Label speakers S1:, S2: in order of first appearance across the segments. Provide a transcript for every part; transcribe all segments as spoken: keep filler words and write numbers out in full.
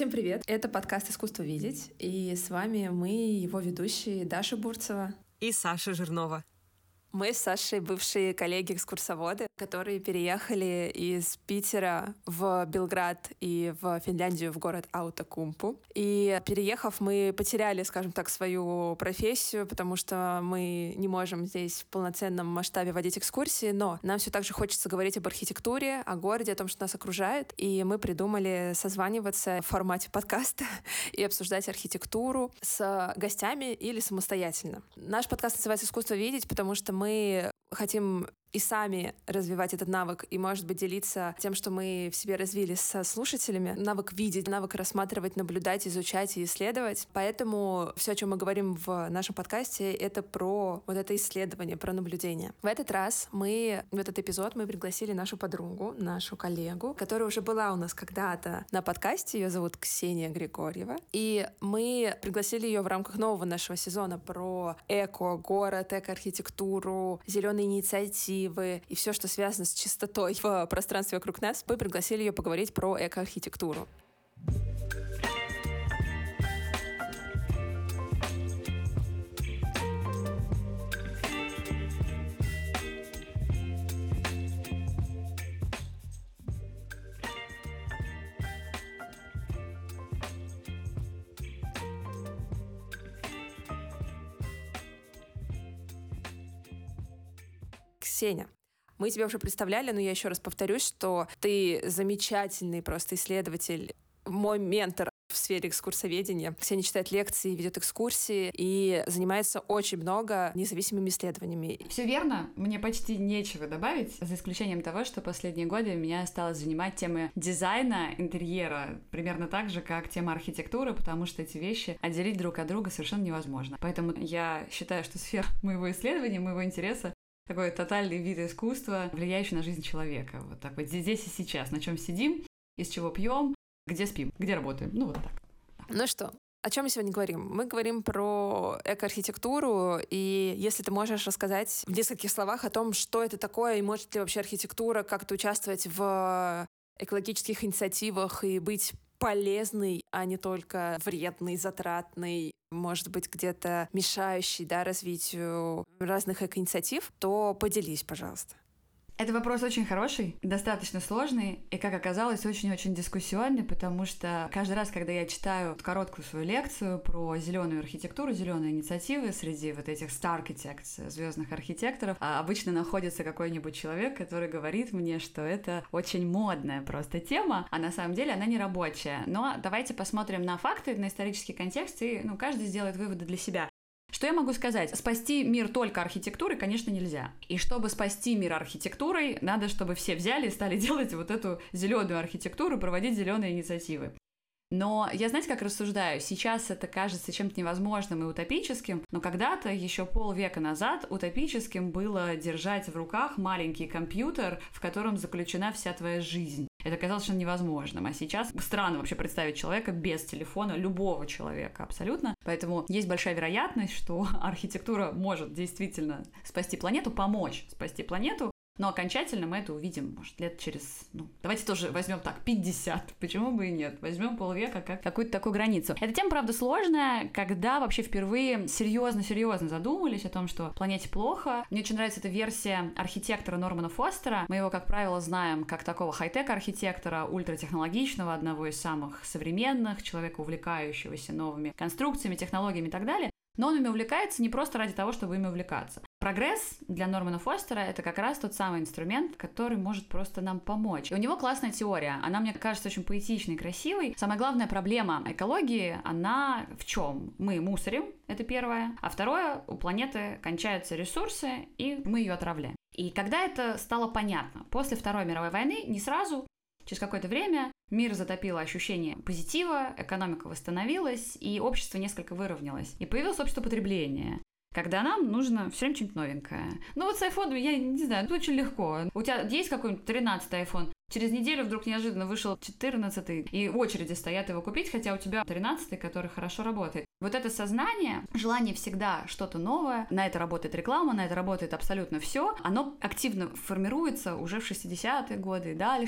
S1: Всем привет! Это подкаст «Искусство видеть», и с вами мы, его ведущие Даша Бурцева
S2: и Саша Жирнова.
S1: Мы с Сашей бывшие коллеги-экскурсоводы, которые переехали из Питера в Белград и в Финляндию, в город Аутакумпу. И переехав, мы потеряли, скажем так, свою профессию, потому что мы не можем здесь в полноценном масштабе водить экскурсии, но нам все так же хочется говорить об архитектуре, о городе, о том, что нас окружает. И мы придумали созваниваться в формате подкаста и обсуждать архитектуру с гостями или самостоятельно. Наш подкаст называется «Искусство видеть», потому что мы хотим и сами развивать этот навык, и, может быть, делиться тем, что мы в себе развили со слушателями. Навык видеть, навык рассматривать, наблюдать, изучать и исследовать. Поэтому все, о чем мы говорим в нашем подкасте, это про вот это исследование, про наблюдение. В этот раз мы, в этот эпизод мы пригласили нашу подругу, нашу коллегу, которая уже была у нас когда-то на подкасте. Ее зовут Ксения Григорьева. И мы пригласили ее в рамках нового нашего сезона про эко-город, эко-архитектуру, зеленые инициативы, и все, что связано с чистотой в пространстве вокруг нас. Мы пригласили ее поговорить про экоархитектуру. Ксения, мы тебя уже представляли, но я еще раз повторюсь, что ты замечательный просто исследователь, мой ментор в сфере экскурсоведения. Ксения читает лекции, ведет экскурсии и занимается очень много независимыми исследованиями.
S3: Все верно, мне почти нечего добавить, за исключением того, что последние годы меня стала занимать тема дизайна интерьера, примерно так же, как тема архитектуры, потому что эти вещи отделить друг от друга совершенно невозможно. Поэтому я считаю, что сфера моего исследования, моего интереса такой тотальный вид искусства, влияющий на жизнь человека. Вот так вот здесь и сейчас. На чем сидим, из чего пьем, где спим, где работаем. Ну вот так.
S1: Ну что, о чем мы сегодня говорим? Мы говорим про экоархитектуру, и если ты можешь рассказать в нескольких словах о том, что это такое, и может ли вообще архитектура как-то участвовать в экологических инициативах и быть полезный, а не только вредный, затратный, может быть, где-то мешающий, да, развитию разных экоинициатив, то поделись, пожалуйста.
S3: Это вопрос очень хороший, достаточно сложный и, как оказалось, очень-очень дискуссионный, потому что каждый раз, когда я читаю короткую свою лекцию про зеленую архитектуру, зеленые инициативы среди вот этих star architects, звездных архитекторов, обычно находится какой-нибудь человек, который говорит мне, что это очень модная просто тема, а на самом деле она не рабочая. Но давайте посмотрим на факты, на исторический контекст, и ну, каждый сделает выводы для себя. Что я могу сказать? Спасти мир только архитектурой, конечно, нельзя. И чтобы спасти мир архитектурой, надо, чтобы все взяли и стали делать вот эту зеленую архитектуру, проводить зеленые инициативы. Но я, знаете, как рассуждаю? Сейчас это кажется чем-то невозможным и утопическим, но когда-то, еще полвека назад, утопическим было держать в руках маленький компьютер, в котором заключена вся твоя жизнь. Это казалось совершенно невозможным. А сейчас странно вообще представить человека без телефона, любого человека абсолютно. Поэтому есть большая вероятность, что архитектура может действительно спасти планету, помочь спасти планету. Но окончательно мы это увидим, может, лет через... Ну, давайте тоже возьмем так, пятьдесят. Почему бы и нет? Возьмем полвека как какую-то такую границу. Эта тема, правда, сложная, когда вообще впервые серьезно-серьезно задумались о том, что планете плохо. Мне очень нравится эта версия архитектора Нормана Фостера. Мы его, как правило, знаем как такого хай-тек-архитектора, ультратехнологичного, одного из самых современных, человека, увлекающегося новыми конструкциями, технологиями и так далее. Но он ими увлекается не просто ради того, чтобы ими увлекаться. Прогресс для Нормана Фостера — это как раз тот самый инструмент, который может просто нам помочь. И у него классная теория. Она, мне кажется, очень поэтичной и красивой. Самая главная проблема экологии, она в чем? Мы мусорим, это первое. А второе, у планеты кончаются ресурсы, и мы ее отравляем. И когда это стало понятно? После Второй мировой войны, не сразу, через какое-то время мир затопило ощущение позитива, экономика восстановилась, и общество несколько выровнялось. И появилось общество потребления, когда нам нужно все время что-нибудь новенькое. Ну вот с айфоном, я не знаю, это очень легко. У тебя есть какой-нибудь тринадцатый айфон, через неделю вдруг неожиданно вышел четырнадцатый, и очереди стоят его купить, хотя у тебя тринадцатый, который хорошо работает. Вот это сознание, желание всегда что-то новое, на это работает реклама, на это работает абсолютно все, оно активно формируется уже в шестидесятые годы и дальше.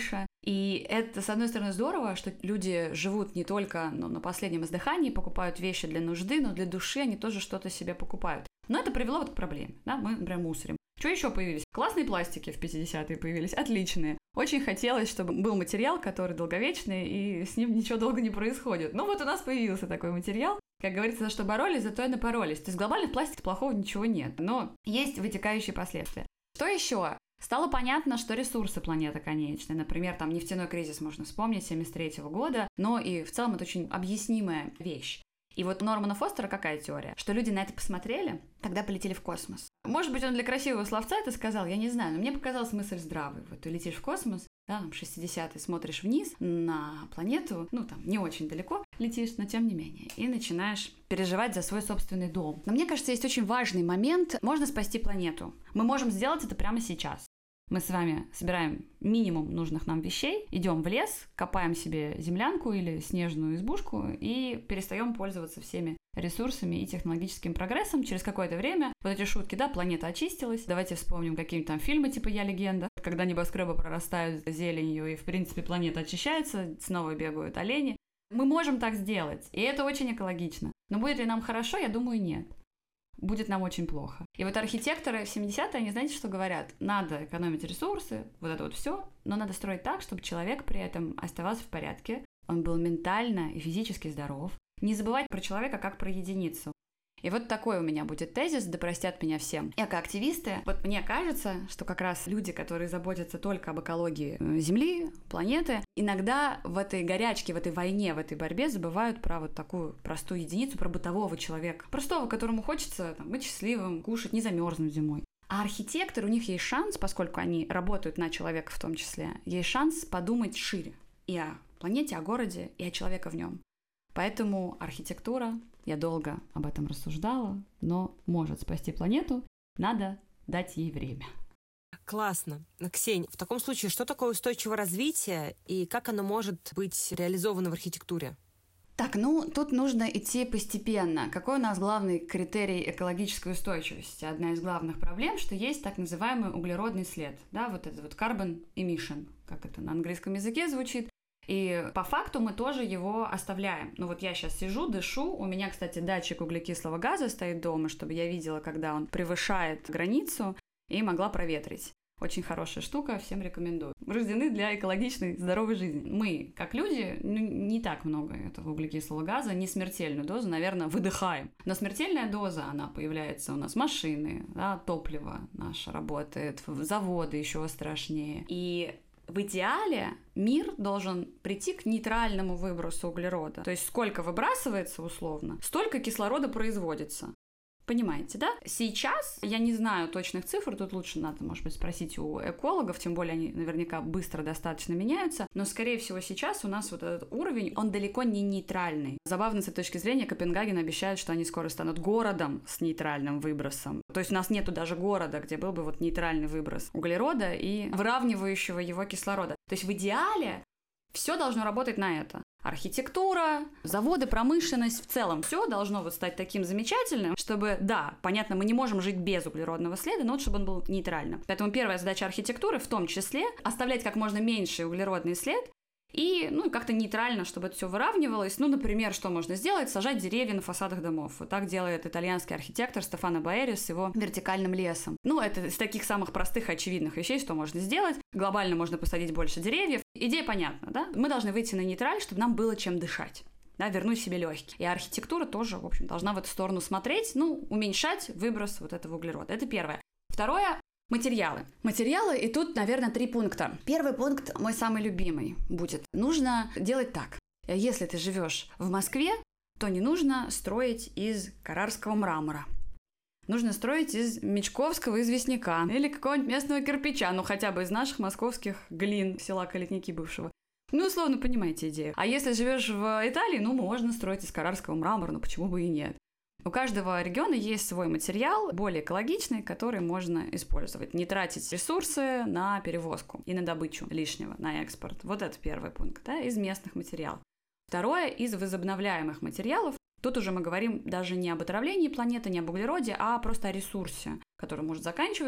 S3: И это, с одной стороны, здорово, что люди живут не только ну, на последнем издыхании, покупают вещи для нужды, но для души они тоже что-то себе покупают. Но это привело вот к проблеме, да, мы, например, мусорим. Что еще появились? Классные пластики в пятидесятые появились, отличные. Очень хотелось, чтобы был материал, который долговечный, и с ним ничего долго не происходит. Ну вот у нас появился такой материал. Как говорится, за что боролись, зато и напоролись. То есть глобальных пластиков плохого ничего нет, но есть вытекающие последствия. Что еще? Стало понятно, что ресурсы планеты конечны. Например, там нефтяной кризис можно вспомнить семьдесят третьего года, но и в целом это очень объяснимая вещь. И вот у Нормана Фостера какая теория? Что люди на это посмотрели, тогда полетели в космос. Может быть, он для красивого словца это сказал, я не знаю, но мне показалась мысль здравой. Вот ты летишь в космос, да, там шестидесятые, смотришь вниз на планету, ну там не очень далеко летишь, но тем не менее, и начинаешь переживать за свой собственный дом. Но мне кажется, есть очень важный момент, можно спасти планету. Мы можем сделать это прямо сейчас. Мы с вами собираем минимум нужных нам вещей, идем в лес, копаем себе землянку или снежную избушку и перестаем пользоваться всеми ресурсами и технологическим прогрессом. Через какое-то время вот эти шутки, да, планета очистилась. Давайте вспомним какие-нибудь там фильмы типа «Я легенда», когда небоскребы прорастают зеленью и, в принципе, планета очищается, снова бегают олени. Мы можем так сделать, и это очень экологично. Но будет ли нам хорошо? Я думаю, нет. Будет нам очень плохо. И вот архитекторы в семидесятые, они знаете, что говорят? Надо экономить ресурсы, вот это вот все, но надо строить так, чтобы человек при этом оставался в порядке, он был ментально и физически здоров. Не забывать про человека как про единицу. И вот такой у меня будет тезис, да простят меня всем экоактивисты. Вот мне кажется, что как раз люди, которые заботятся только об экологии Земли, планеты, иногда в этой горячке, в этой войне, в этой борьбе забывают про вот такую простую единицу, про бытового человека. Простого, которому хочется там, быть счастливым, кушать, не замерзнуть зимой. А архитекторы, у них есть шанс, поскольку они работают на человека в том числе, есть шанс подумать шире и о планете, о городе, и о человеке в нем. Поэтому архитектура, я долго об этом рассуждала, но может спасти планету, надо дать ей время.
S2: Классно. Ксень, в таком случае, что такое устойчивое развитие и как оно может быть реализовано в архитектуре?
S3: Так, ну, тут нужно идти постепенно. Какой у нас главный критерий экологической устойчивости? Одна из главных проблем, что есть так называемый углеродный след, да, вот это вот carbon emission, как это на английском языке звучит. И по факту мы тоже его оставляем. Ну вот я сейчас сижу, дышу. У меня, кстати, датчик углекислого газа стоит дома, чтобы я видела, когда он превышает границу, и могла проветрить. Очень хорошая штука, всем рекомендую. Рождены для экологичной, здоровой жизни. Мы, как люди, ну, не так много этого углекислого газа, не смертельную дозу, наверное, выдыхаем. Но смертельная доза, она появляется у нас машины, да, топливо наше работает, заводы еще страшнее. И в идеале мир должен прийти к нейтральному выбросу углерода. То есть сколько выбрасывается условно, столько кислорода производится. Понимаете, да? Сейчас я не знаю точных цифр, тут лучше надо, может быть, спросить у экологов, тем более они наверняка быстро достаточно меняются, но, скорее всего, сейчас у нас вот этот уровень, он далеко не нейтральный. Забавно, с этой точки зрения, Копенгаген обещает, что они скоро станут городом с нейтральным выбросом. То есть у нас нету даже города, где был бы вот нейтральный выброс углерода и выравнивающего его кислорода. То есть в идеале все должно работать на это. Архитектура, заводы, промышленность, в целом все должно вот стать таким замечательным, чтобы, да, понятно, мы не можем жить без углеродного следа, но вот чтобы он был нейтральным. Поэтому первая задача архитектуры в том числе оставлять как можно меньше углеродный след и, ну, как-то нейтрально, чтобы это все выравнивалось. Ну, например, что можно сделать? Сажать деревья на фасадах домов. Вот так делает итальянский архитектор Стефано Боэри с его вертикальным лесом. Ну, это из таких самых простых и очевидных вещей, что можно сделать. Глобально можно посадить больше деревьев. Идея понятна, да? Мы должны выйти на нейтраль, чтобы нам было чем дышать. Да, вернуть себе легкие. И архитектура тоже, в общем, должна в эту сторону смотреть, ну, уменьшать выброс вот этого углерода. Это первое. Второе — материалы. Материалы, и тут, наверное, три пункта. Первый пункт, мой самый любимый, будет. Нужно делать так. Если ты живешь в Москве, то не нужно строить из каррарского мрамора. Нужно строить из мечковского известняка или какого-нибудь местного кирпича, ну хотя бы из наших московских глин села Калитники бывшего. Ну, условно, понимаете идею. А если живешь в Италии, ну, можно строить из каррарского мрамора, но почему бы и нет. У каждого региона есть свой материал, более экологичный, который можно использовать. Не тратить ресурсы на перевозку и на добычу лишнего, на экспорт. Вот это первый пункт, да, из местных материалов. Второе, из возобновляемых материалов. Тут уже мы говорим даже не об отравлении планеты, не об углероде, а просто о ресурсе, который может заканчиваться.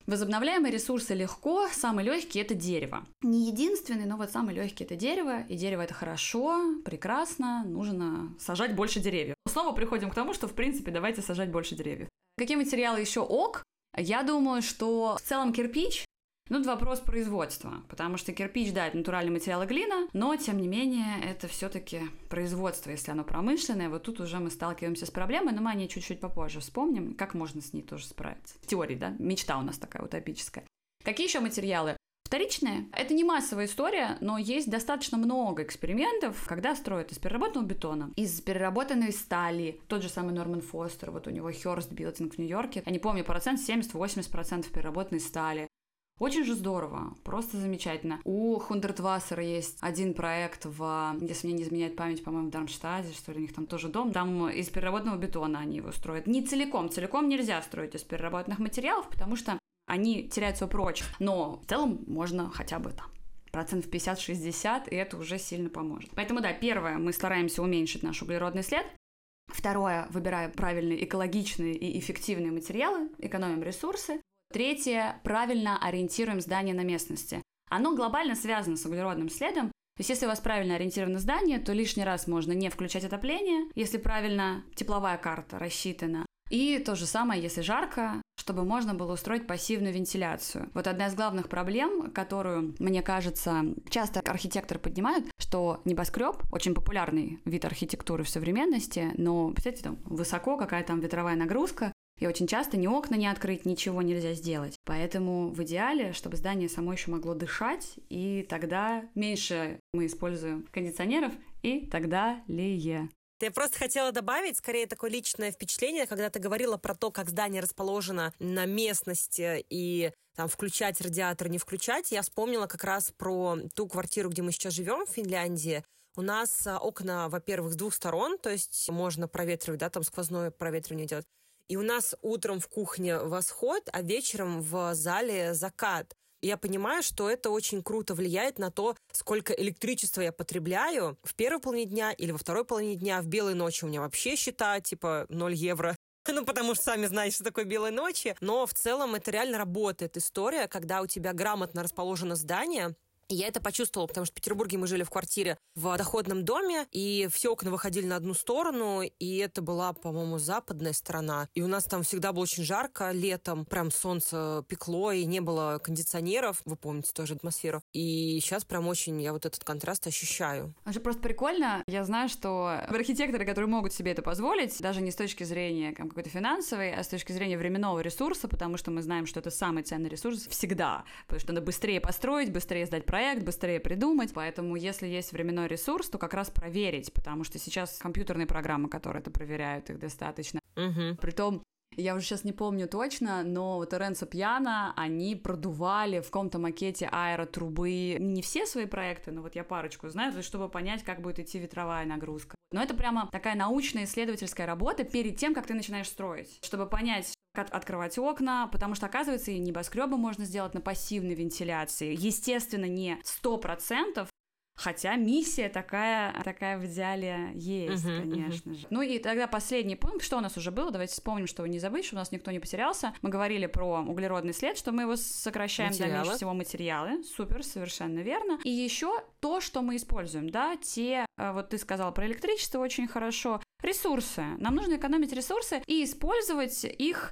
S3: Возобновляемые ресурсы легко, самый легкий это дерево. Не единственный, но вот самый легкий это дерево, и дерево это хорошо, прекрасно, нужно сажать больше деревьев. Снова приходим к тому, что в принципе давайте сажать больше деревьев. Какие материалы еще ок? Я думаю, что в целом кирпич. Ну, это вопрос производства, потому что кирпич, да, это натуральный материал и глина, но, тем не менее, это все-таки производство, если оно промышленное. Вот тут уже мы сталкиваемся с проблемой, но мы о ней чуть-чуть попозже вспомним, как можно с ней тоже справиться. В теории, да, мечта у нас такая утопическая. Какие еще материалы? Вторичные. Это не массовая история, но есть достаточно много экспериментов, когда строят из переработанного бетона, из переработанной стали. Тот же самый Норман Фостер, вот у него Hearst Building в Нью-Йорке. Я не помню процент, семьдесят-восемьдесят процентов переработанной стали. Очень же здорово, просто замечательно. У Хундртвассера есть один проект в, если мне не изменяет память, по-моему, в Дармштадте, что ли, у них там тоже дом. Там из переработанного бетона они его строят. Не целиком, целиком нельзя строить из переработанных материалов, потому что они теряют свою прочность. Но в целом можно хотя бы там процентов пятьдесят-шестьдесят, и это уже сильно поможет. Поэтому, да, первое, мы стараемся уменьшить наш углеродный след. Второе, выбирая правильные экологичные и эффективные материалы, экономим ресурсы. Третье, правильно ориентируем здание на местности. Оно глобально связано с углеродным следом. То есть, если у вас правильно ориентировано здание, то лишний раз можно не включать отопление, если правильно тепловая карта рассчитана. И то же самое, если жарко, чтобы можно было устроить пассивную вентиляцию. Вот одна из главных проблем, которую, мне кажется, часто архитекторы поднимают, что небоскреб очень популярный вид архитектуры в современности, но, представляете, там высоко, какая там ветровая нагрузка, и очень часто ни окна не открыть, ничего нельзя сделать. Поэтому в идеале, чтобы здание само еще могло дышать, и тогда меньше мы используем кондиционеров и так далее.
S2: Я просто хотела добавить, скорее, такое личное впечатление, когда ты говорила про то, как здание расположено на местности и там включать радиатор, не включать. Я вспомнила как раз про ту квартиру, где мы сейчас живем в Финляндии. У нас окна, во-первых, с двух сторон, то есть можно проветривать, да, там сквозное проветривание делать. И у нас утром в кухне восход, а вечером в зале закат. И я понимаю, что это очень круто влияет на то, сколько электричества я потребляю в первой половине дня или во второй половине дня. В белой ночи у меня вообще счета типа ноль евро. Ну, потому что сами знаете, что такое белые ночи. Но в целом это реально работает история, когда у тебя грамотно расположено здание. И я это почувствовала, потому что в Петербурге мы жили в квартире в доходном доме, и все окна выходили на одну сторону, и это была, по-моему, западная сторона. И у нас там всегда было очень жарко летом, прям солнце пекло, и не было кондиционеров, вы помните тоже атмосферу. И сейчас прям очень я вот этот контраст ощущаю.
S3: Это просто прикольно. Я знаю, что архитекторы, которые могут себе это позволить, даже не с точки зрения там, какой-то финансовой, а с точки зрения временного ресурса, потому что мы знаем, что это самый ценный ресурс всегда, потому что надо быстрее построить, быстрее сдать проект, быстрее придумать. Поэтому, если есть временной ресурс, то как раз проверить, потому что сейчас компьютерные программы, которые это проверяют, их достаточно.
S2: Угу.
S3: Притом, я уже сейчас не помню точно, но вот Ренцо Пьяно, они продували в каком-то макете аэротрубы не все свои проекты, но вот я парочку знаю, чтобы понять, как будет идти ветровая нагрузка. Но это прямо такая научная исследовательская работа перед тем, как ты начинаешь строить, чтобы понять, как открывать окна, потому что, оказывается, и небоскребы можно сделать на пассивной вентиляции. Естественно, не сто процентов, хотя миссия такая, такая в идеале есть, uh-huh, конечно uh-huh. же. Ну и тогда последний пункт, что у нас уже было, давайте вспомним, чтобы не забыть, что у нас никто не потерялся. Мы говорили про углеродный след, что мы его сокращаем до меньше всего материалы. Супер, совершенно верно. И еще то, что мы используем, да, те, вот ты сказала про электричество очень хорошо, ресурсы. Нам нужно экономить ресурсы и использовать их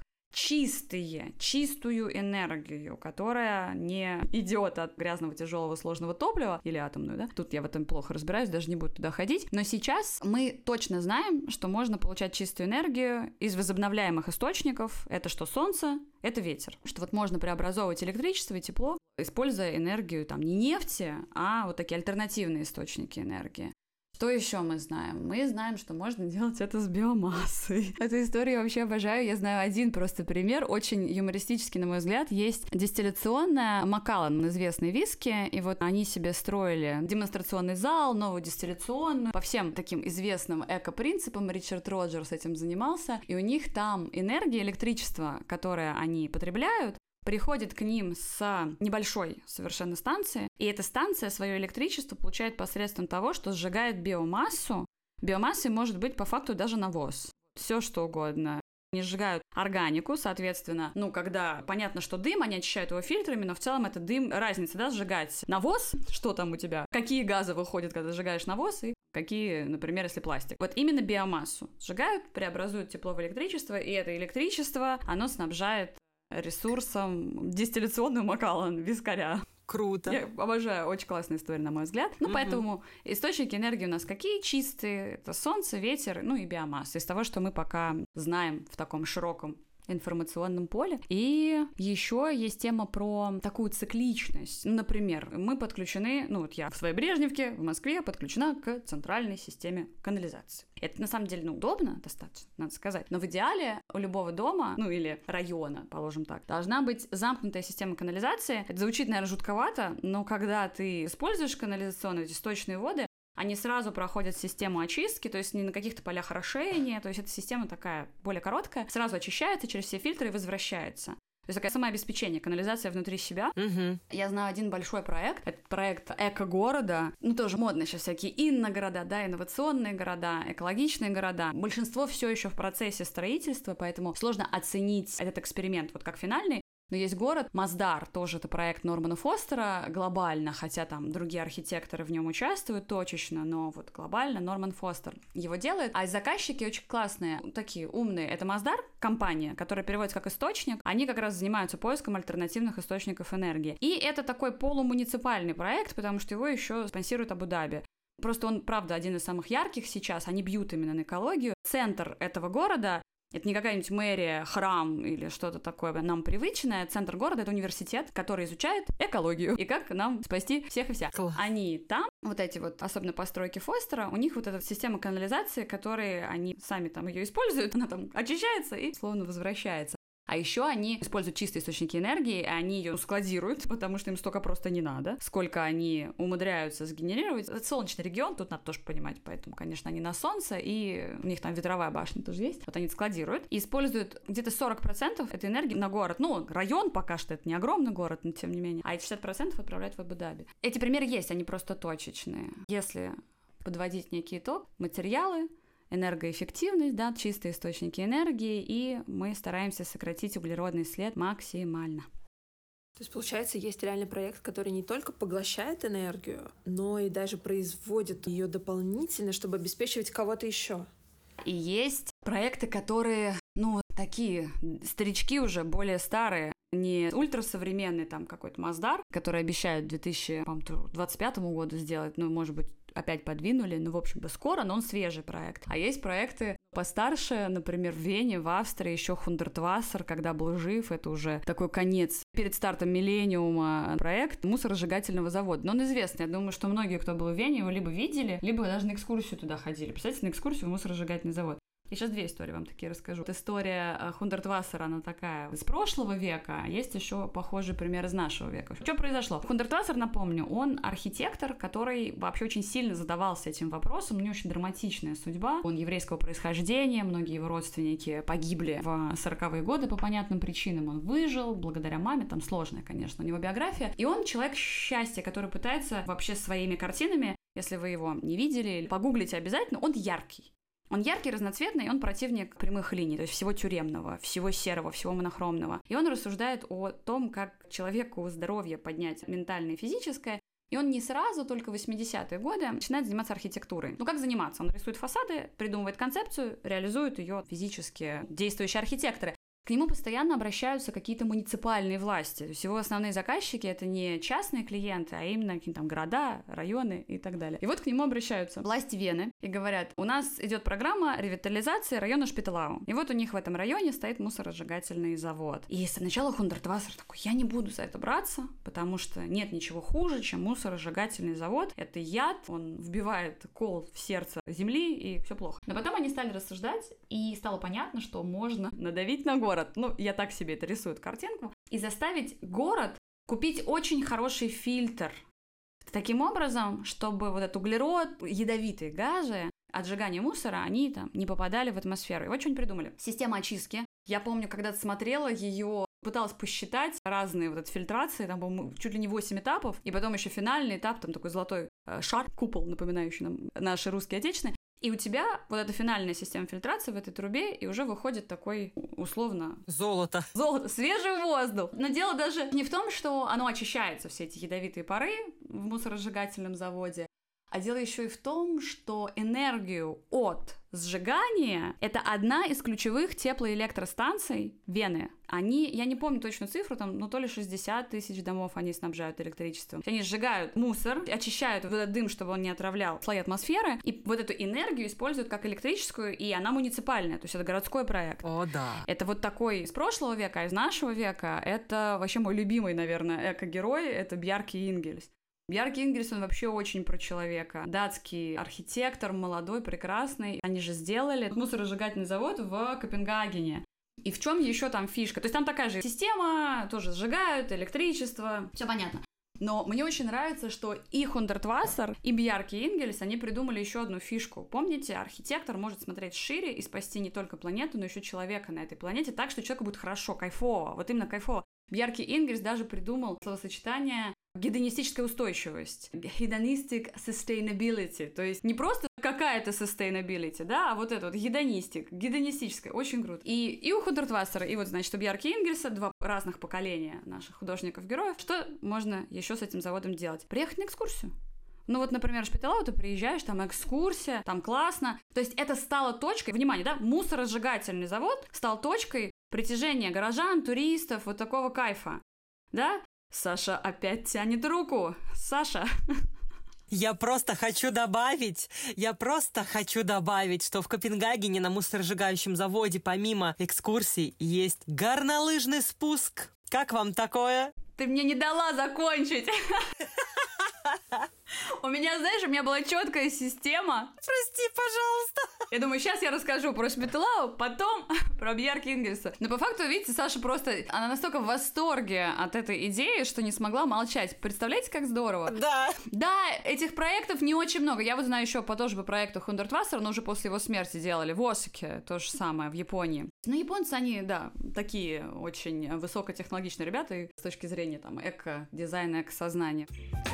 S3: чистые, чистую энергию, которая не идет от грязного, тяжелого, сложного топлива или атомную, да? Тут я в этом плохо разбираюсь, даже не буду туда ходить. Но сейчас мы точно знаем, что можно получать чистую энергию из возобновляемых источников. Это что солнце, это ветер. Что вот можно преобразовывать электричество и тепло, используя энергию там не нефти, а вот такие альтернативные источники энергии. Что еще мы знаем? Мы знаем, что можно делать это с биомассой. Эту историю я вообще обожаю. Я знаю один просто пример, очень юмористический, на мой взгляд. Есть дистилляционная Макаллан, известные виски, и вот они себе строили демонстрационный зал, новую дистилляционную. По всем таким известным эко-принципам Ричард Роджерс этим занимался, и у них там энергия, электричество, которое они потребляют, приходит к ним с небольшой совершенно станции, и эта станция свое электричество получает посредством того, что сжигает биомассу. Биомассой может быть по факту даже навоз. Все что угодно. Они сжигают органику, соответственно, ну, когда понятно, что дым, они очищают его фильтрами, но в целом это дым, разница, да, сжигать навоз, что там у тебя, какие газы выходят, когда сжигаешь навоз, и какие, например, если пластик. Вот именно биомассу сжигают, преобразуют тепло в электричество, и это электричество, оно снабжает ресурсом дистилляционную Макаллан, вискаря.
S2: Круто.
S3: Я обожаю, очень классная история, на мой взгляд. Ну, угу. Поэтому источники энергии у нас какие? Чистые. Это солнце, ветер, ну и биомасса. Из того, что мы пока знаем в таком широком информационном поле. И еще есть тема про такую цикличность. Ну, например, мы подключены, ну вот я в своей Брежневке в Москве подключена к центральной системе канализации. Это на самом деле, ну, удобно достаточно, надо сказать. Но в идеале у любого дома, ну или района, положим так, должна быть замкнутая система канализации. Это звучит, наверное, жутковато, но когда ты используешь канализационные эти сточные воды, они сразу проходят систему очистки, то есть не на каких-то полях орошения, то есть эта система такая более короткая, сразу очищается через все фильтры и возвращается. То есть такое самообеспечение, канализация внутри себя.
S2: Угу.
S3: Я знаю один большой проект, это проект эко-города, ну тоже модно сейчас всякие инно-города, да, инновационные города, экологичные города. Большинство все еще в процессе строительства, поэтому сложно оценить этот эксперимент вот как финальный. Но есть город Масдар, тоже это проект Нормана Фостера, глобально, хотя там другие архитекторы в нем участвуют точечно, но вот глобально Норман Фостер его делает. А заказчики очень классные, такие умные. Это Масдар, компания, которая переводится как источник. Они как раз занимаются поиском альтернативных источников энергии. И это такой полумуниципальный проект, потому что его еще спонсирует Абу-Даби. Просто он, правда, один из самых ярких сейчас, они бьют именно на экологию. Центр этого города — это не какая-нибудь мэрия, храм или что-то такое нам привычное. Центр города — это университет, который изучает экологию и как нам спасти всех и вся.
S2: Класс.
S3: Они там, вот эти вот, особенно постройки Фостера, у них вот эта система канализации, которые они сами там ее используют, она там очищается и словно возвращается. А еще они используют чистые источники энергии, и они ее складируют, потому что им столько просто не надо, сколько они умудряются сгенерировать. Это солнечный регион, тут надо тоже понимать, поэтому, конечно, они на солнце, и у них там ветровая башня тоже есть. Вот они складируют и используют где-то сорок процентов этой энергии на город. Ну, район пока что это не огромный город, но тем не менее. А эти шестьдесят процентов отправляют в Абу-Даби. Эти примеры есть, они просто точечные. Если подводить некий итог, материалы, энергоэффективность, да, чистые источники энергии, и мы стараемся сократить углеродный след максимально.
S1: То есть, получается, есть реальный проект, который не только поглощает энергию, но и даже производит ее дополнительно, чтобы обеспечивать кого-то еще.
S3: И есть проекты, которые, ну, такие старички уже, более старые, не ультрасовременный там какой-то Масдар, который обещают к две тысячи двадцать пятому году сделать, ну, может быть, опять подвинули, ну, в общем-то, скоро, но он свежий проект. А есть проекты постарше, например, в Вене, в Австрии, еще Хундертвассер, когда был жив, это уже такой конец перед стартом миллениума проект мусоросжигательного завода. Но он известный, я думаю, что многие, кто был в Вене, его либо видели, либо даже на экскурсию туда ходили. Представьте, на экскурсию в мусоросжигательный завод. Я сейчас две истории вам такие расскажу. Вот история Хундертвассера, она такая из прошлого века, а есть еще похожий пример из нашего века. Что произошло? Хундертвассер, напомню, он архитектор, который вообще очень сильно задавался этим вопросом, у него очень драматичная судьба. Он еврейского происхождения, многие его родственники погибли в сороковые годы по понятным причинам. Он выжил благодаря маме, там сложная, конечно, у него биография. И он человек счастья, который пытается вообще своими картинами, если вы его не видели, погуглите обязательно, он яркий. Он яркий, разноцветный, и он противник прямых линий, то есть всего тюремного, всего серого, всего монохромного. И он рассуждает о том, как человеку здоровье поднять ментальное и физическое. И он не сразу, только в восьмидесятые годы, начинает заниматься архитектурой. Ну как заниматься? Он рисует фасады, придумывает концепцию, реализует ее физически действующие архитекторы. К нему постоянно обращаются какие-то муниципальные власти. То есть его основные заказчики — это не частные клиенты, а именно какие-то там города, районы и так далее. И вот к нему обращаются власти Вены и говорят: у нас идет программа ревитализации района Шпиталау. И вот у них в этом районе стоит мусоросжигательный завод. И сначала Хундертвассер такой: я не буду за это браться, потому что нет ничего хуже, чем мусоросжигательный завод. Это яд, он вбивает кол в сердце земли, и все плохо. Но потом они стали рассуждать, и стало понятно, что можно надавить на город. Ну, я так себе это рисую, картинку. И заставить город купить очень хороший фильтр. Таким образом, чтобы вот этот углерод, ядовитые газы от сжигания мусора, они там не попадали в атмосферу. И вот что они придумали. Система очистки. Я помню, когда-то смотрела ее, пыталась посчитать разные вот эти фильтрации, там, по-моему, чуть ли не восемь этапов, и потом еще финальный этап, там такой золотой э, шар, купол, напоминающий нам наши русские отечественные. И у тебя вот эта финальная система фильтрации в этой трубе, и уже выходит такой, условно...
S2: Золото.
S3: Золото, свежий воздух. Но дело даже не в том, что оно очищается, все эти ядовитые пары в мусоросжигательном заводе, а дело еще и в том, что энергию от сжигания — это одна из ключевых теплоэлектростанций Вены. Они, я не помню точную цифру, там, ну то ли шестьдесят тысяч домов они снабжают электричеством. Они сжигают мусор, очищают вот этот дым, чтобы он не отравлял слои атмосферы, и вот эту энергию используют как электрическую, и она муниципальная, то есть это городской проект.
S2: О, да.
S3: Это вот такой из прошлого века, а из нашего века это вообще мой любимый, наверное, эко-герой, это Бьярке Ингельс. Бьярке Ингельс, он вообще очень про человека. Датский архитектор, молодой, прекрасный. Они же сделали мусоросжигательный завод в Копенгагене. И в чем еще там фишка? То есть там такая же система, тоже сжигают, электричество, все понятно. Но мне очень нравится, что и Хундертвассер, и Бьярке Ингельс, они придумали еще одну фишку. Помните, архитектор может смотреть шире и спасти не только планету, но еще человека на этой планете так, что человеку будет хорошо, кайфово, вот именно кайфово. Бьярке Ингельс даже придумал словосочетание гедонистическая устойчивость, hedonistic sustainability, то есть не просто какая-то sustainability, да, а вот это вот гедонистик, гедонистическая, очень круто. И, и у Хундертвассера, и вот, значит, у Бьярке Ингельса два разных поколения наших художников-героев. Что можно еще с этим заводом делать? Приехать на экскурсию. Ну вот, например, в Шпиталау ты приезжаешь, там экскурсия, там классно. То есть это стало точкой, внимание, да, мусоросжигательный завод стал точкой притяжения горожан, туристов, вот такого кайфа, да? Саша опять тянет руку. Саша.
S2: Я просто хочу добавить, я просто хочу добавить, что в Копенгагене на мусоросжигающем заводе помимо экскурсий есть горнолыжный спуск. Как вам такое?
S3: Ты мне не дала закончить. У меня, знаешь, у меня была четкая система.
S2: Прости, пожалуйста.
S3: Я думаю, сейчас я расскажу про Шпиталау, потом про Бьярке Ингельса. Но по факту, видите, Саша просто, она настолько в восторге от этой идеи, что не смогла молчать. Представляете, как здорово?
S2: Да.
S3: Да, этих проектов не очень много. Я вот знаю еще по тоже по проекту Хундертвассера, но уже после его смерти делали. В Осаке то же самое, в Японии. Но японцы, они, да, такие очень высокотехнологичные ребята и с точки зрения там эко-дизайна, эко-сознания.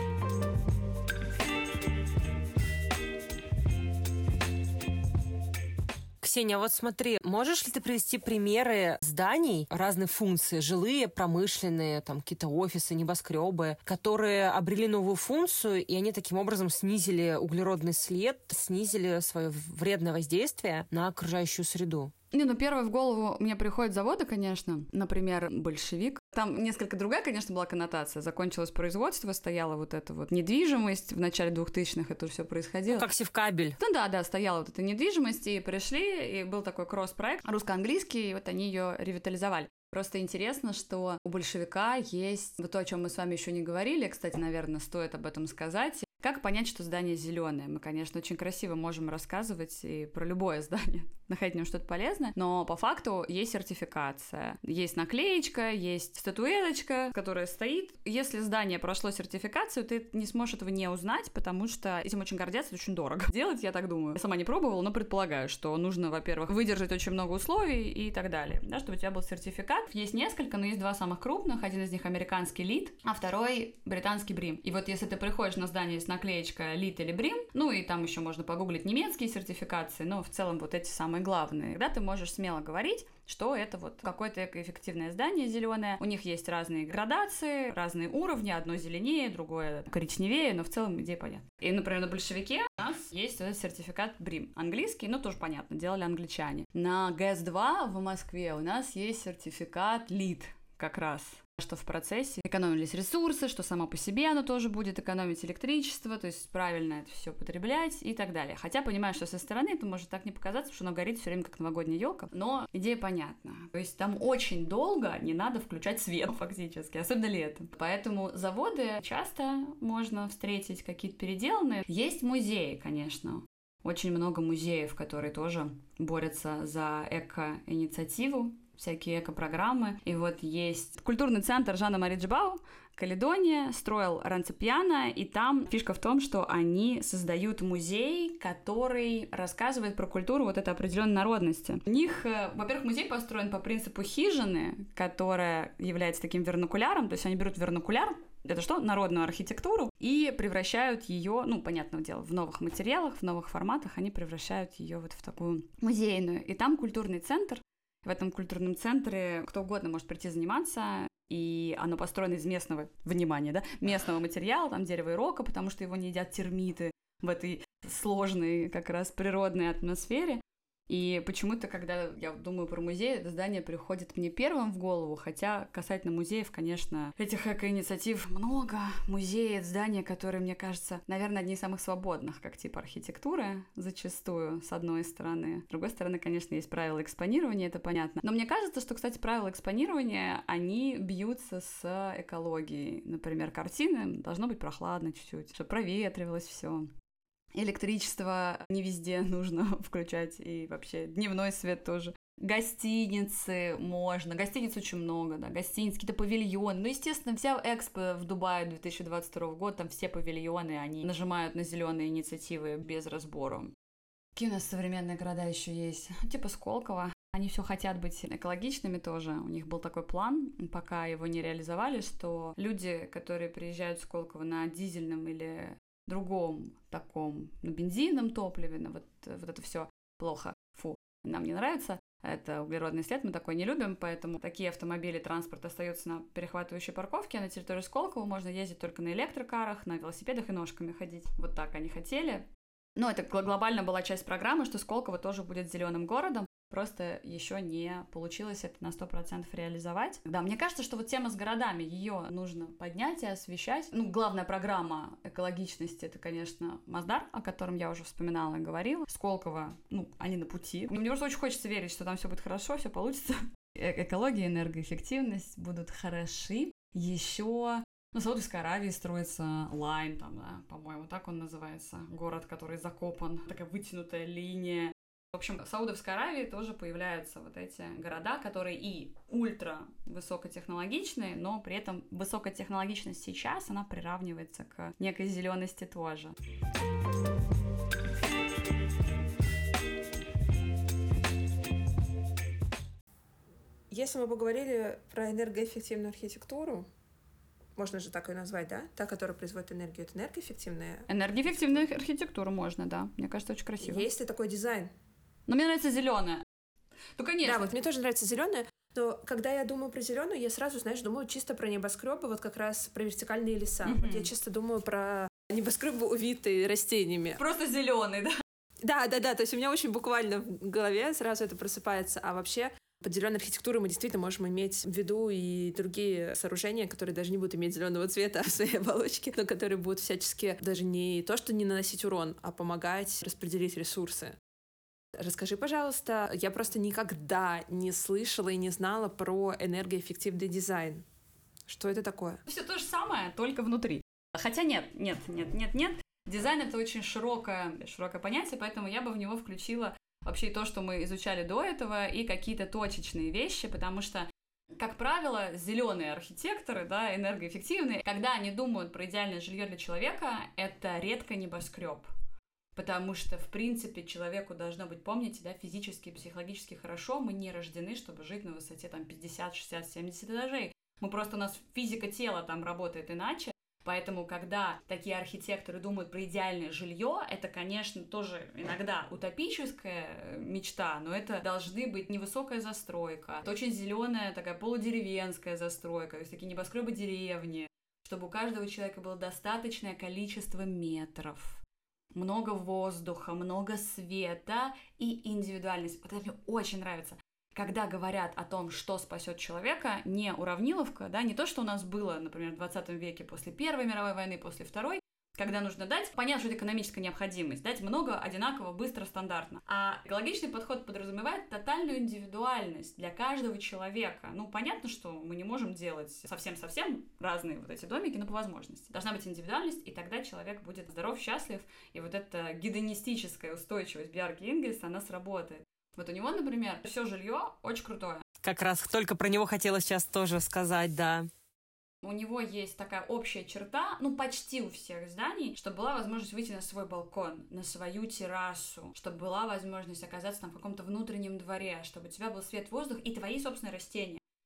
S2: Ксения, вот смотри, можешь ли ты привести примеры зданий разной функции, жилые, промышленные, там какие-то офисы, небоскребы, которые обрели новую функцию, и они таким образом снизили углеродный след, снизили свое вредное воздействие на окружающую среду?
S3: Не, ну первое в голову мне приходят заводы, конечно. Например, «Большевик». Там несколько другая, конечно, была коннотация. Закончилось производство, стояла вот эта вот недвижимость. В начале двухтысячных это все происходило.
S2: Ну, как Севкабель.
S3: Ну да, да, стояла вот эта недвижимость, и пришли, и был такой кросс-проект русско-английский, и вот они ее ревитализовали. Просто интересно, что у «Большевика» есть вот то, о чем мы с вами еще не говорили. Кстати, наверное, стоит об этом сказать. Как понять, что здание зеленое? Мы, конечно, очень красиво можем рассказывать и про любое здание, находить в нем что-то полезное, но по факту есть сертификация, есть наклеечка, есть статуэточка, которая стоит. Если здание прошло сертификацию, ты не сможешь этого не узнать, потому что этим очень гордятся, это очень дорого делать, я так думаю. Я сама не пробовала, но предполагаю, что нужно, во-первых, выдержать очень много условий и так далее, да, чтобы у тебя был сертификат. Есть несколько, но есть два самых крупных. Один из них американский ЛИД, а второй британский БРИМ. И вот если ты приходишь на здание с наклеечкой ЛИД или БРИМ, ну и там еще можно погуглить немецкие сертификации, но в целом вот эти самые главные, да, ты можешь смело говорить, что это вот какое-то экоэффективное здание зеленое. У них есть разные градации, разные уровни, одно зеленее, другое коричневее, но в целом идея понятна. И, например, на «Большевике» у нас есть этот сертификат БРИМ. Английский, ну тоже понятно, делали англичане. На ГЭС два в Москве у нас есть сертификат ЛИД как раз, что в процессе экономились ресурсы, что само по себе оно тоже будет экономить электричество, то есть правильно это все потреблять и так далее. Хотя понимаю, что со стороны это может так не показаться, потому что оно горит все время как новогодняя елка, но идея понятна. То есть там очень долго не надо включать свет фактически, особенно летом. Поэтому заводы часто можно встретить какие-то переделанные. Есть музеи, конечно. Очень много музеев, которые тоже борются за эко-инициативу, всякие эко-программы. И вот есть культурный центр Жанна Мари Джибау, Каледония, строил Ранцепьяно, и там фишка в том, что они создают музей, который рассказывает про культуру вот этой определенной народности. У них, во-первых, музей построен по принципу хижины, которая является таким вернакуляром, то есть они берут вернакуляр, это что? Народную архитектуру, и превращают ее, ну, понятное дело, в новых материалах, в новых форматах, они превращают ее вот в такую музейную. И там культурный центр. В этом культурном центре кто угодно может прийти заниматься, и оно построено из местного, внимания, да, местного материала, там дерево и рока, потому что его не едят термиты в этой сложной как раз природной атмосфере. И почему-то, когда я думаю про музей, это здание приходит мне первым в голову, хотя касательно музеев, конечно, этих эко-инициатив много. Музеи — это здания, которые, мне кажется, наверное, одни из самых свободных, как тип архитектуры, зачастую, с одной стороны. С другой стороны, конечно, есть правила экспонирования, это понятно. Но мне кажется, что, кстати, правила экспонирования, они бьются с экологией. Например, картины должно быть прохладно чуть-чуть, чтобы проветривалось все. Электричество не везде нужно включать, и вообще дневной свет тоже. Гостиницы можно, гостиниц очень много, да, гостиниц, какие-то павильоны. Ну, естественно, вся Экспо в Дубае две тысячи двадцать второго года, там все павильоны, они нажимают на зеленые инициативы без разбору. Какие у нас современные города еще есть? Типа Сколково. Они все хотят быть экологичными тоже. У них был такой план, пока его не реализовали, что люди, которые приезжают в Сколково на дизельном или другом таком, на бензинном топливе, на вот, вот это все плохо, фу, нам не нравится, это углеродный след, мы такой не любим, поэтому такие автомобили, транспорт остаются на перехватывающей парковке, а на территории Сколково можно ездить только на электрокарах, на велосипедах и ножками ходить. Вот так они хотели. Но это глобально была часть программы, что Сколково тоже будет зеленым городом. Просто еще не получилось это на сто процентов реализовать. Да, мне кажется, что вот тема с городами, ее нужно поднять и освещать. Ну, главная программа экологичности — это, конечно, Масдар, о котором я уже вспоминала и говорила. Сколково, ну, они на пути. Мне просто очень хочется верить, что там все будет хорошо, все получится. Э- экология, энергоэффективность будут хороши. Еще... Ну, в Саудовской Аравии строится Лайм, там, да, по-моему, так он называется. Город, который закопан, такая вытянутая линия. В общем, в Саудовской Аравии тоже появляются вот эти города, которые и ультра высокотехнологичные, но при этом высокотехнологичность сейчас, она приравнивается к некой зелености тоже.
S1: Если мы поговорили про энергоэффективную архитектуру, можно же так ее назвать, да? Та, которая производит энергию, это энергоэффективная?
S3: Энергоэффективную архитектуру можно, да. Мне кажется, очень красиво.
S1: Есть ли такой дизайн?
S3: Но мне нравится зеленая. Ну, конечно.
S1: Да, вот мне тоже нравится зеленая, но когда я думаю про зеленую, я сразу, знаешь, думаю чисто про небоскребы, вот как раз про вертикальные леса. Mm-hmm. Вот я чисто думаю про небоскребы, увитые растениями.
S3: Просто зеленый, да?
S1: Да, да, да. То есть у меня очень буквально в голове сразу это просыпается. А вообще под зеленой архитектурой мы действительно можем иметь в виду и другие сооружения, которые даже не будут иметь зеленого цвета в своей оболочке, но которые будут всячески даже не то, что не наносить урон, а помогать распределить ресурсы. Расскажи, пожалуйста, я просто никогда не слышала и не знала про энергоэффективный дизайн. Что это такое?
S3: Все то же самое, только внутри. Хотя нет, нет, нет, нет, нет. Дизайн — это очень широкое, широкое понятие, поэтому я бы в него включила вообще и то, что мы изучали до этого, и какие-то точечные вещи, потому что, как правило, зеленые архитекторы, да, энергоэффективные, когда они думают про идеальное жилье для человека, это редко небоскреб. Потому что, в принципе, человеку должно быть, помните, да, физически и психологически хорошо. Мы не рождены, чтобы жить на высоте там пятьдесят, шестьдесят, семьдесят этажей. Мы просто, у нас физика тела там работает иначе. Поэтому, когда такие архитекторы думают про идеальное жилье, это, конечно, тоже иногда утопическая мечта, но это должны быть невысокая застройка, это очень зеленая такая полудеревенская застройка, то есть такие небоскребы деревни, чтобы у каждого человека было достаточное количество метров. Много воздуха, много света и индивидуальность. Вот это мне очень нравится. Когда говорят о том, что спасет человека, не уравниловка, да, не то, что у нас было, например, в двадцатом веке после Первой мировой войны, после Второй, когда нужно дать, понятно, что это экономическая необходимость, дать много, одинаково, быстро, стандартно. А экологичный подход подразумевает тотальную индивидуальность для каждого человека. Ну, понятно, что мы не можем делать совсем-совсем разные вот эти домики, но по возможности. Должна быть индивидуальность, и тогда человек будет здоров, счастлив, и вот эта гедонистическая устойчивость Бьярки Ингельса, она сработает. Вот у него, например, все жилье очень крутое.
S2: Как раз только про него хотела сейчас тоже сказать, да.
S3: У него есть такая общая черта, ну, почти у всех зданий, чтобы была возможность выйти на свой балкон, на свою террасу, чтобы была возможность оказаться там в каком-то внутреннем дворе, чтобы у тебя был свет, воздух и твои собственные растения.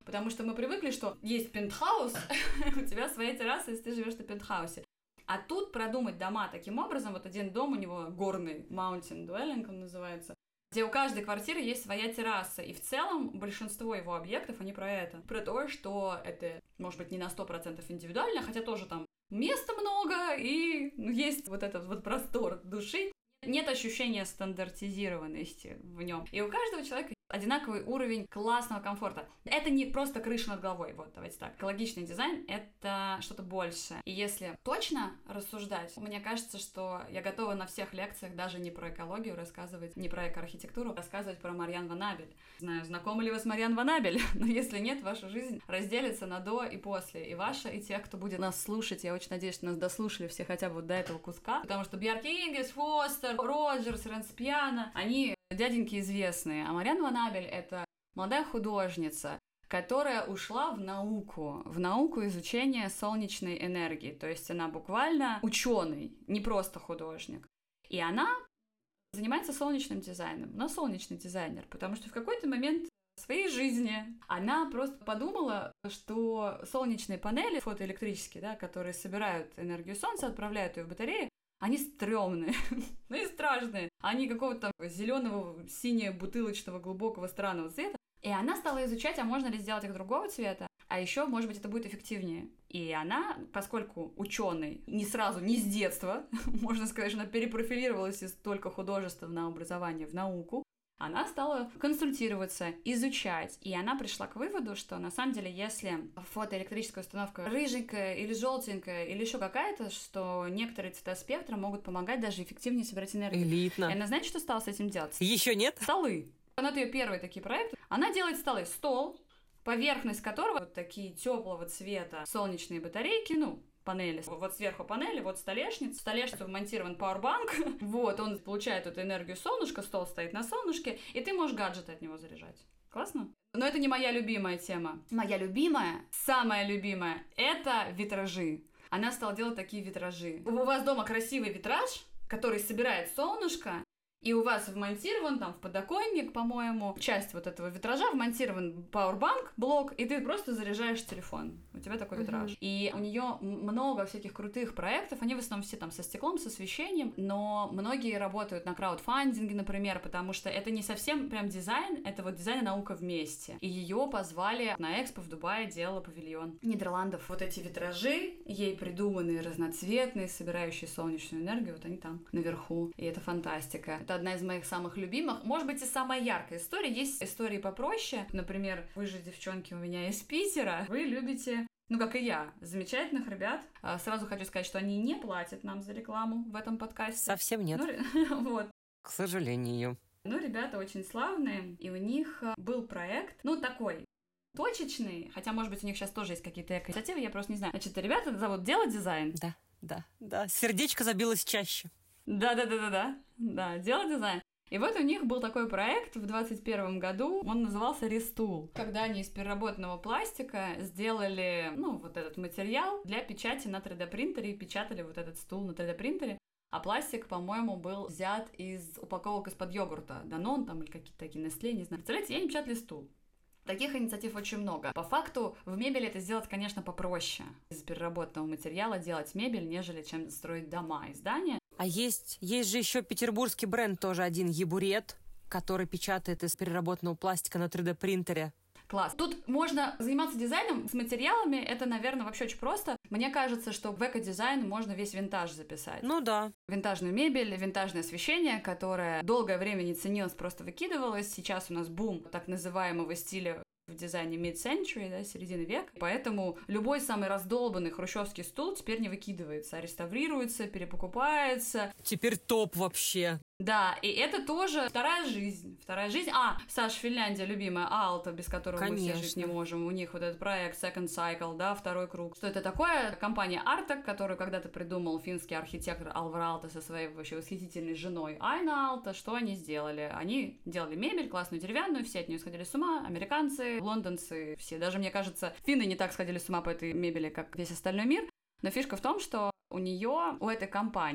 S3: Потому что мы привыкли, что есть пентхаус, у тебя своя терраса, если ты живешь на пентхаусе. А тут продумать дома таким образом, вот один дом у него горный, mountain dwelling он называется, где у каждой квартиры есть своя терраса. И в целом большинство его объектов, они про это. Про то, что это, может быть, не на сто процентов индивидуально, хотя тоже там места много и ну, есть вот этот вот простор души. Нет ощущения стандартизированности в нем. И у каждого человека одинаковый уровень классного комфорта. Это не просто крыша над головой, вот давайте так. Экологичный дизайн — это что-то большее. И если точно рассуждать, мне кажется, что я готова на всех лекциях даже не про экологию рассказывать, не про экоархитектуру, рассказывать про Марьян ван Абель. Знаю, знакомы ли вы с Марьян ван Абель, но если нет, ваша жизнь разделится на до и после. И ваша, и тех, кто будет нас слушать. Я очень надеюсь, что нас дослушали все хотя бы вот до этого куска, потому что Бьярке Ингельс, Фостер, Роджерс, Ренспиано, они дяденьки известные. А Марьян ван Абель — это молодая художница, которая ушла в науку, в науку изучения солнечной энергии. То есть она буквально ученый, не просто художник. И она занимается солнечным дизайном. Она солнечный дизайнер, потому что в какой-то момент в своей жизни она просто подумала, что солнечные панели фотоэлектрические, да, которые собирают энергию солнца, отправляют ее в батареи, они стрёмные, ну и страшные. Они какого-то зеленого, синего, бутылочного, глубокого, странного цвета. И она стала изучать, а можно ли сделать их другого цвета, а еще, может быть, это будет эффективнее. И она, поскольку ученый не сразу, не с детства, можно сказать, что она перепрофилировалась из только художественного образования в науку, она стала консультироваться, изучать, и она пришла к выводу, что на самом деле, если фотоэлектрическая установка рыженькая или желтенькая, или еще какая-то, что некоторые цвета спектра могут помогать даже эффективнее собирать энергию.
S2: Элитно.
S3: И она, знаете, что стала с этим делать?
S2: Еще нет?
S3: Столы. Она ее первые такие проекты. Она делает столы. Стол, поверхность которого вот такие теплого цвета солнечные батарейки, ну, панели. Вот сверху панели, вот столешница. В столешницу вмонтирован пауэрбанк. Вот, он получает эту энергию солнышка, стол стоит на солнышке, и ты можешь гаджеты от него заряжать. Классно? Но это не моя любимая тема. Моя любимая, самая любимая, это витражи. Она стала делать такие витражи. У вас дома красивый витраж, который собирает солнышко, и у вас вмонтирован там в подоконник, по-моему, часть вот этого витража, вмонтирован пауэрбанк, блок, и ты просто заряжаешь телефон. У тебя такой uh-huh. витраж. И у нее много всяких крутых проектов, они в основном все там со стеклом, с освещением, но многие работают на краудфандинге, например, потому что это не совсем прям дизайн, это вот дизайн и наука вместе. И ее позвали на экспо в Дубае, делала павильон Нидерландов. Вот эти витражи, ей придуманные, разноцветные, собирающие солнечную энергию, вот они там наверху. И это фантастика. Это одна из моих самых любимых, может быть, и самая яркая история. Есть истории попроще. Например, вы же, девчонки, у меня из Питера. Вы любите, ну, как и я, замечательных ребят. Сразу хочу сказать, что они не платят нам за рекламу в этом подкасте.
S2: Совсем нет.
S3: Ну, вот.
S2: К сожалению.
S3: Ну, ребята очень славные, и у них был проект, ну, такой, точечный, хотя, может быть, у них сейчас тоже есть какие-то эко-инициативы, я просто не знаю. Значит, ребята зовут «Дело дизайн».
S2: Да, да, да. Сердечко забилось чаще.
S3: Да-да-да-да-да, да, «Дело дизайн». И вот у них был такой проект в двадцать первом году, он назывался «Рестул». Когда они из переработанного пластика сделали, ну, вот этот материал для печати на три дэ-принтере и печатали вот этот стул на три дэ-принтере. А пластик, по-моему, был взят из упаковок из-под йогурта. Данон там или какие-то такие Nestlé, не знаю. Представляете, и они печатали стул. Таких инициатив очень много. По факту, в мебели это сделать, конечно, попроще. Из переработанного материала делать мебель, нежели чем строить дома и здания.
S2: А есть, есть же еще петербургский бренд тоже один, Ебурет, который печатает из переработанного пластика на три дэ-принтере.
S3: Класс. Тут можно заниматься дизайном с материалами, это, наверное, вообще очень просто. Мне кажется, что в эко-дизайн можно весь винтаж записать.
S2: Ну да.
S3: Винтажную мебель, винтажное освещение, которое долгое время не ценилось, просто выкидывалось. Сейчас у нас бум так называемого стиля в дизайне mid-century, да, середины века. Поэтому любой самый раздолбанный хрущевский стул теперь не выкидывается, а реставрируется, перепокупается.
S2: Теперь топ вообще.
S3: Да, и это тоже вторая жизнь. Вторая жизнь. А, Саша, Финляндия, любимая, Aalto, без которого
S2: Конечно.
S3: мы все жить не можем. У них вот этот проект Second Cycle, да, второй круг. Что это такое? Компания Artek, которую когда-то придумал финский архитектор Алвар Aalto со своей вообще восхитительной женой Айна Aalto. Что они сделали? Они делали мебель, классную деревянную, все от нее сходили с ума. Американцы, лондонцы, все. Даже, мне кажется, финны не так сходили с ума по этой мебели, как весь остальной мир. Но фишка в том, что у нее, у этой компании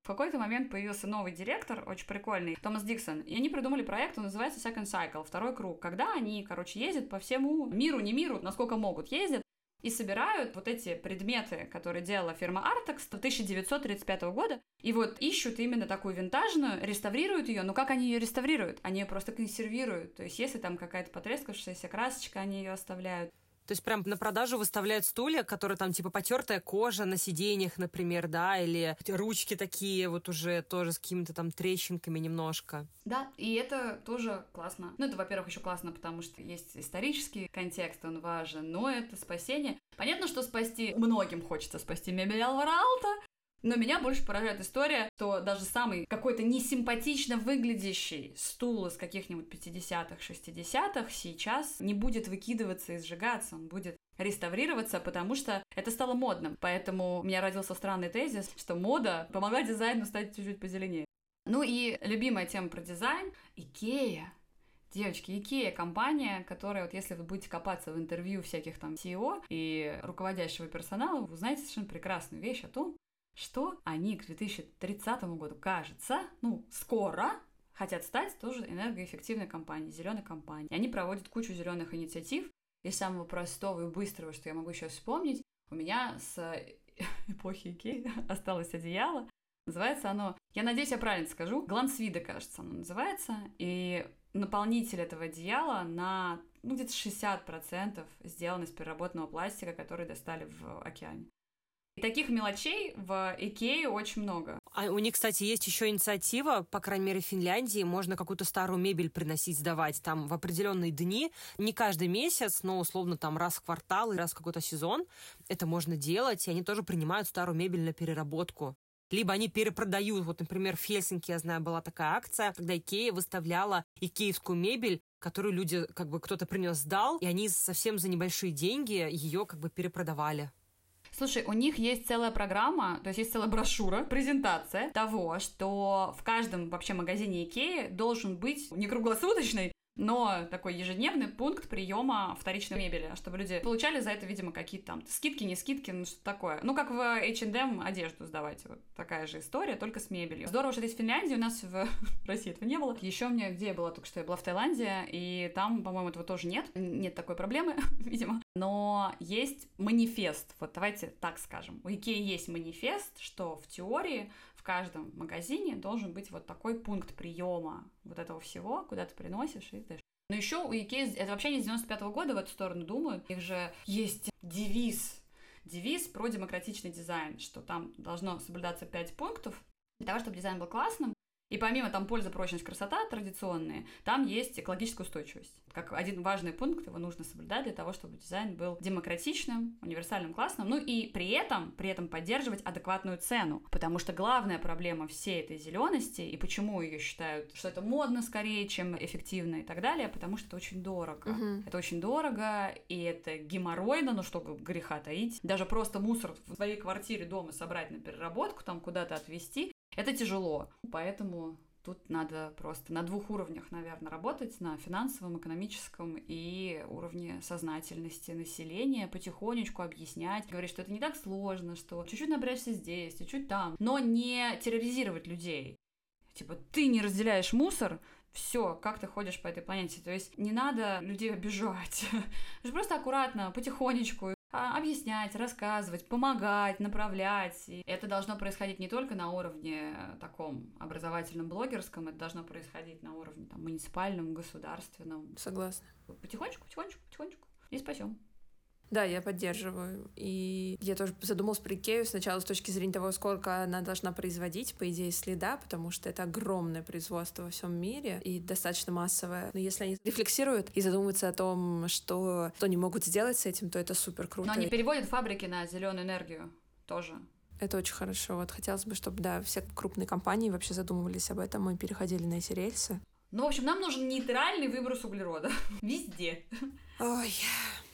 S3: В какой-то момент появился новый директор, очень прикольный, Томас Диксон, и они придумали проект, он называется Second Cycle, второй круг, когда они, короче, ездят по всему миру, не миру, насколько могут, ездят, и собирают вот эти предметы, которые делала фирма Artex в тысяча девятьсот тридцать пятого года, и вот ищут именно такую винтажную, реставрируют ее, но как они ее реставрируют? Они ее просто консервируют, то есть если там какая-то потрескавшаяся красочка, они ее оставляют.
S2: То есть прям на продажу выставляют стулья, которые там типа потертая кожа на сиденьях, например, да, или ручки такие вот уже тоже с какими-то там трещинками немножко.
S3: Да, и это тоже классно. Ну, это, во-первых, еще классно, потому что есть исторический контекст, он важен, но это спасение. Понятно, что спасти, многим хочется спасти мебель Алвара Aalto, но меня больше поражает история, что даже самый какой-то несимпатично выглядящий стул из каких-нибудь пятидесятых, шестидесятых сейчас не будет выкидываться и сжигаться, он будет реставрироваться, потому что это стало модным. Поэтому у меня родился странный тезис, что мода помогла дизайну стать чуть-чуть позеленее. Ну и любимая тема про дизайн — Икея. Девочки, Икея — компания, которая, вот если вы будете копаться в интервью всяких там си и о и руководящего персонала, вы узнаете совершенно прекрасную вещь о том, что они к две тысячи тридцатому году, кажется, ну, скоро хотят стать тоже энергоэффективной компанией, зеленой компанией. Они проводят кучу зеленых инициатив. Из самого простого и быстрого, что я могу сейчас вспомнить, у меня с эпохи Икеи осталось одеяло. Называется оно, я надеюсь, я правильно скажу, Глансвида, кажется, оно называется. И наполнитель этого одеяла на ну, где-то шестьдесят процентов сделан из переработанного пластика, который достали в океане. И таких мелочей в Икее очень много.
S2: А у них, кстати, есть еще инициатива, по крайней мере, в Финляндии, можно какую-то старую мебель приносить, сдавать там в определенные дни, не каждый месяц, но условно там раз в квартал и раз в какой-то сезон. Это можно делать, и они тоже принимают старую мебель на переработку. Либо они перепродают. Вот, например, в Хельсинки, я знаю, была такая акция, когда Икея выставляла икеевскую мебель, которую люди, как бы кто-то принес, сдал, и они совсем за небольшие деньги ее как бы перепродавали.
S3: Слушай, у них есть целая программа, то есть есть целая брошюра, презентация того, что в каждом вообще магазине Икеи должен быть не круглосуточный, но такой ежедневный пункт приема вторичной мебели, чтобы люди получали за это, видимо, какие-то там скидки, не скидки, ну что такое. Ну, как в эйч энд эм одежду сдавать, вот такая же история, только с мебелью. Здорово, что здесь в Финляндии, у нас в России этого не было. Еще у меня, где я была только что, я была в Таиланде, и там, по-моему, этого тоже нет, нет такой проблемы, видимо. Но есть манифест, вот давайте так скажем. У Икеи есть манифест, что в теории в каждом магазине должен быть вот такой пункт приема вот этого всего, куда ты приносишь и сдаешь. Но еще у Икеи, это вообще не с девяносто пятого года в эту сторону думают, у них же есть девиз, девиз про демократичный дизайн, что там должно соблюдаться пять пунктов для того, чтобы дизайн был классным. И помимо там польза, прочность, красота традиционные, там есть экологическая устойчивость. Как один важный пункт, его нужно соблюдать для того, чтобы дизайн был демократичным, универсальным, классным, ну и при этом, при этом поддерживать адекватную цену. Потому что главная проблема всей этой зелености, и почему ее считают, что это модно скорее, чем эффективно и так далее, потому что это очень дорого. Uh-huh. Это очень дорого, и это геморройно, ну что греха таить. Даже просто мусор в своей квартире дома собрать на переработку, там куда-то отвезти, это тяжело, поэтому тут надо просто на двух уровнях, наверное, работать, на финансовом, экономическом и уровне сознательности населения, потихонечку объяснять, говорить, что это не так сложно, что чуть-чуть напрячься здесь, чуть-чуть там, но не терроризировать людей. Типа, ты не разделяешь мусор, все, как ты ходишь по этой планете. То есть не надо людей обижать, просто аккуратно, потихонечку объяснять, рассказывать, помогать, направлять. И это должно происходить не только на уровне таком образовательном, блогерском, это должно происходить на уровне там, муниципальном, государственном.
S1: Согласна.
S3: Потихонечку, потихонечку, потихонечку. И спасем.
S1: Да, я поддерживаю. И я тоже задумалась про Икею сначала с точки зрения того, сколько она должна производить, по идее, следа, потому что это огромное производство во всем мире и достаточно массовое. Но если они рефлексируют и задумываются о том, что, что они могут сделать с этим, то это супер круто.
S3: Но они переводят фабрики на зеленую энергию тоже.
S1: Это очень хорошо. Вот хотелось бы, чтобы, да, все крупные компании вообще задумывались об этом и переходили на эти рельсы.
S3: Ну, в общем, нам нужен нейтральный выброс углерода. Везде.
S1: Ой...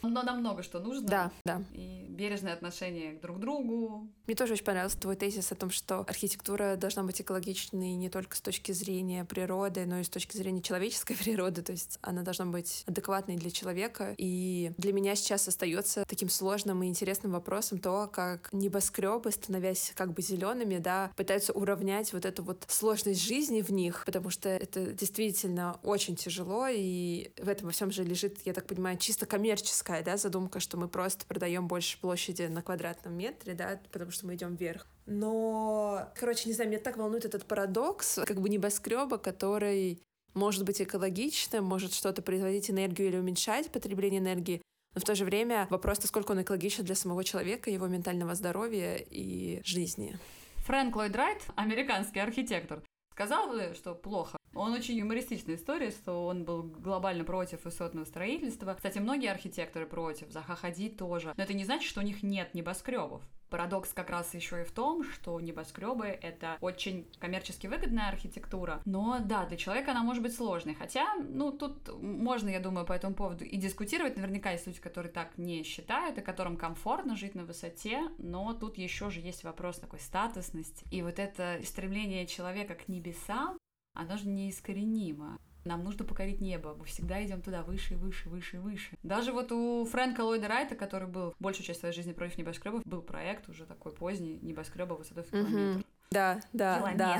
S3: Но нам много что нужно.
S1: Да, да.
S3: И бережное отношение друг к другу.
S1: Мне тоже очень понравился твой тезис о том, что архитектура должна быть экологичной не только с точки зрения природы, но и с точки зрения человеческой природы. То есть она должна быть адекватной для человека. И для меня сейчас остается таким сложным и интересным вопросом то, как небоскребы, становясь как бы зелеными, да, пытаются уравнять вот эту вот сложность жизни в них, потому что это действительно очень тяжело, и в этом во всем же лежит, я так понимаю, чисто коммерческая, да, задумка, что мы просто продаем больше площади на квадратном метре, да, потому что мы идем вверх. Но, короче, не знаю, меня так волнует этот парадокс, как бы небоскреба, который может быть экологичным, может что-то производить энергию или уменьшать потребление энергии, но в то же время вопрос, насколько он экологичен для самого человека, его ментального здоровья и жизни.
S3: Фрэнк Ллойд Райт, американский архитектор, сказал бы, что плохо. Он очень юмористичная история, что он был глобально против высотного строительства. Кстати, многие архитекторы против, Заха Хадид тоже. Но это не значит, что у них нет небоскребов. Парадокс как раз еще и в том, что небоскребы — это очень коммерчески выгодная архитектура, но да, для человека она может быть сложной. Хотя, ну, тут можно, я думаю, по этому поводу и дискутировать. Наверняка есть люди, которые так не считают, и которым комфортно жить на высоте, но тут еще же есть вопрос такой статусности. И вот это стремление человека к небесам, оно же неискоренимо. Нам нужно покорить небо, мы всегда идем туда выше и выше, выше и выше. Даже вот у Фрэнка Ллойда Райта, который был большую часть своей жизни против небоскребов, был проект уже такой поздний, небоскреба высотой в километр.
S1: Mm-hmm. Да, да,
S3: километр.
S1: да.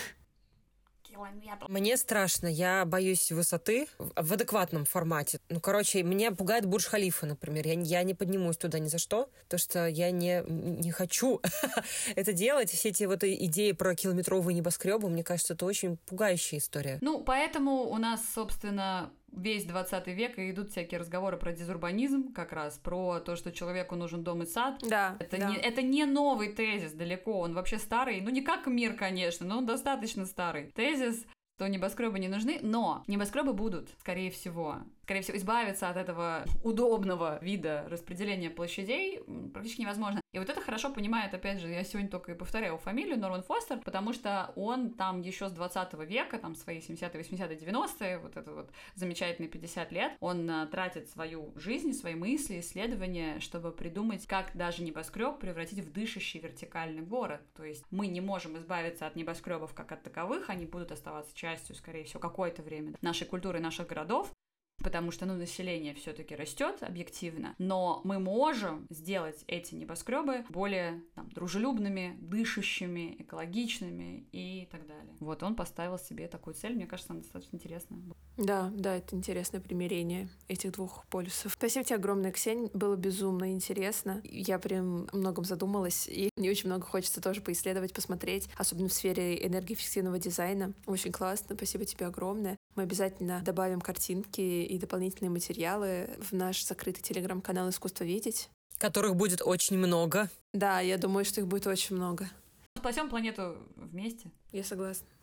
S3: Километр.
S2: Мне страшно, я боюсь высоты в адекватном формате. Ну, короче, меня пугает Бурдж-Халифа, например. Я, я не поднимусь туда ни за что, потому что я не, не хочу это делать. Все эти вот идеи про километровые небоскребы, мне кажется, это очень пугающая история.
S3: Ну, поэтому у нас, собственно, весь двадцатый век и идут всякие разговоры про дезурбанизм, как раз, про то, что человеку нужен дом и сад.
S1: Да,
S3: это,
S1: да.
S3: Не, это не новый тезис далеко, он вообще старый, ну не как мир, конечно, но он достаточно старый. Тезис, что небоскребы не нужны, но небоскребы будут, скорее всего. Скорее всего, избавиться от этого удобного вида распределения площадей практически невозможно. И вот это хорошо понимает, опять же, я сегодня только и повторяю фамилию Норман Фостер, потому что он там еще с двадцатого века, там свои семидесятые, восьмидесятые, девяностые, вот это вот замечательные пятьдесят лет, он а, тратит свою жизнь, свои мысли, исследования, чтобы придумать, как даже небоскреб превратить в дышащий вертикальный город. То есть мы не можем избавиться от небоскребов как от таковых, они будут оставаться частью, скорее всего, какое-то время нашей культуры, наших городов, потому что, ну, население все-таки растет объективно, но мы можем сделать эти небоскребы более там, дружелюбными, дышащими, экологичными и так далее. Вот он поставил себе такую цель, мне кажется, она достаточно интересная.
S1: Да, да, это интересное примирение этих двух полюсов. Спасибо тебе огромное, Ксень, было безумно интересно. Я прям о многом задумалась, и мне очень много хочется тоже поисследовать, посмотреть, особенно в сфере энергоэффективного дизайна. Очень классно, спасибо тебе огромное. Мы обязательно добавим картинки и дополнительные материалы в наш закрытый телеграм-канал «Искусство видеть».
S2: Которых будет очень много.
S1: Да, я думаю, что их будет очень много.
S3: Спасем планету вместе.
S1: Я согласна.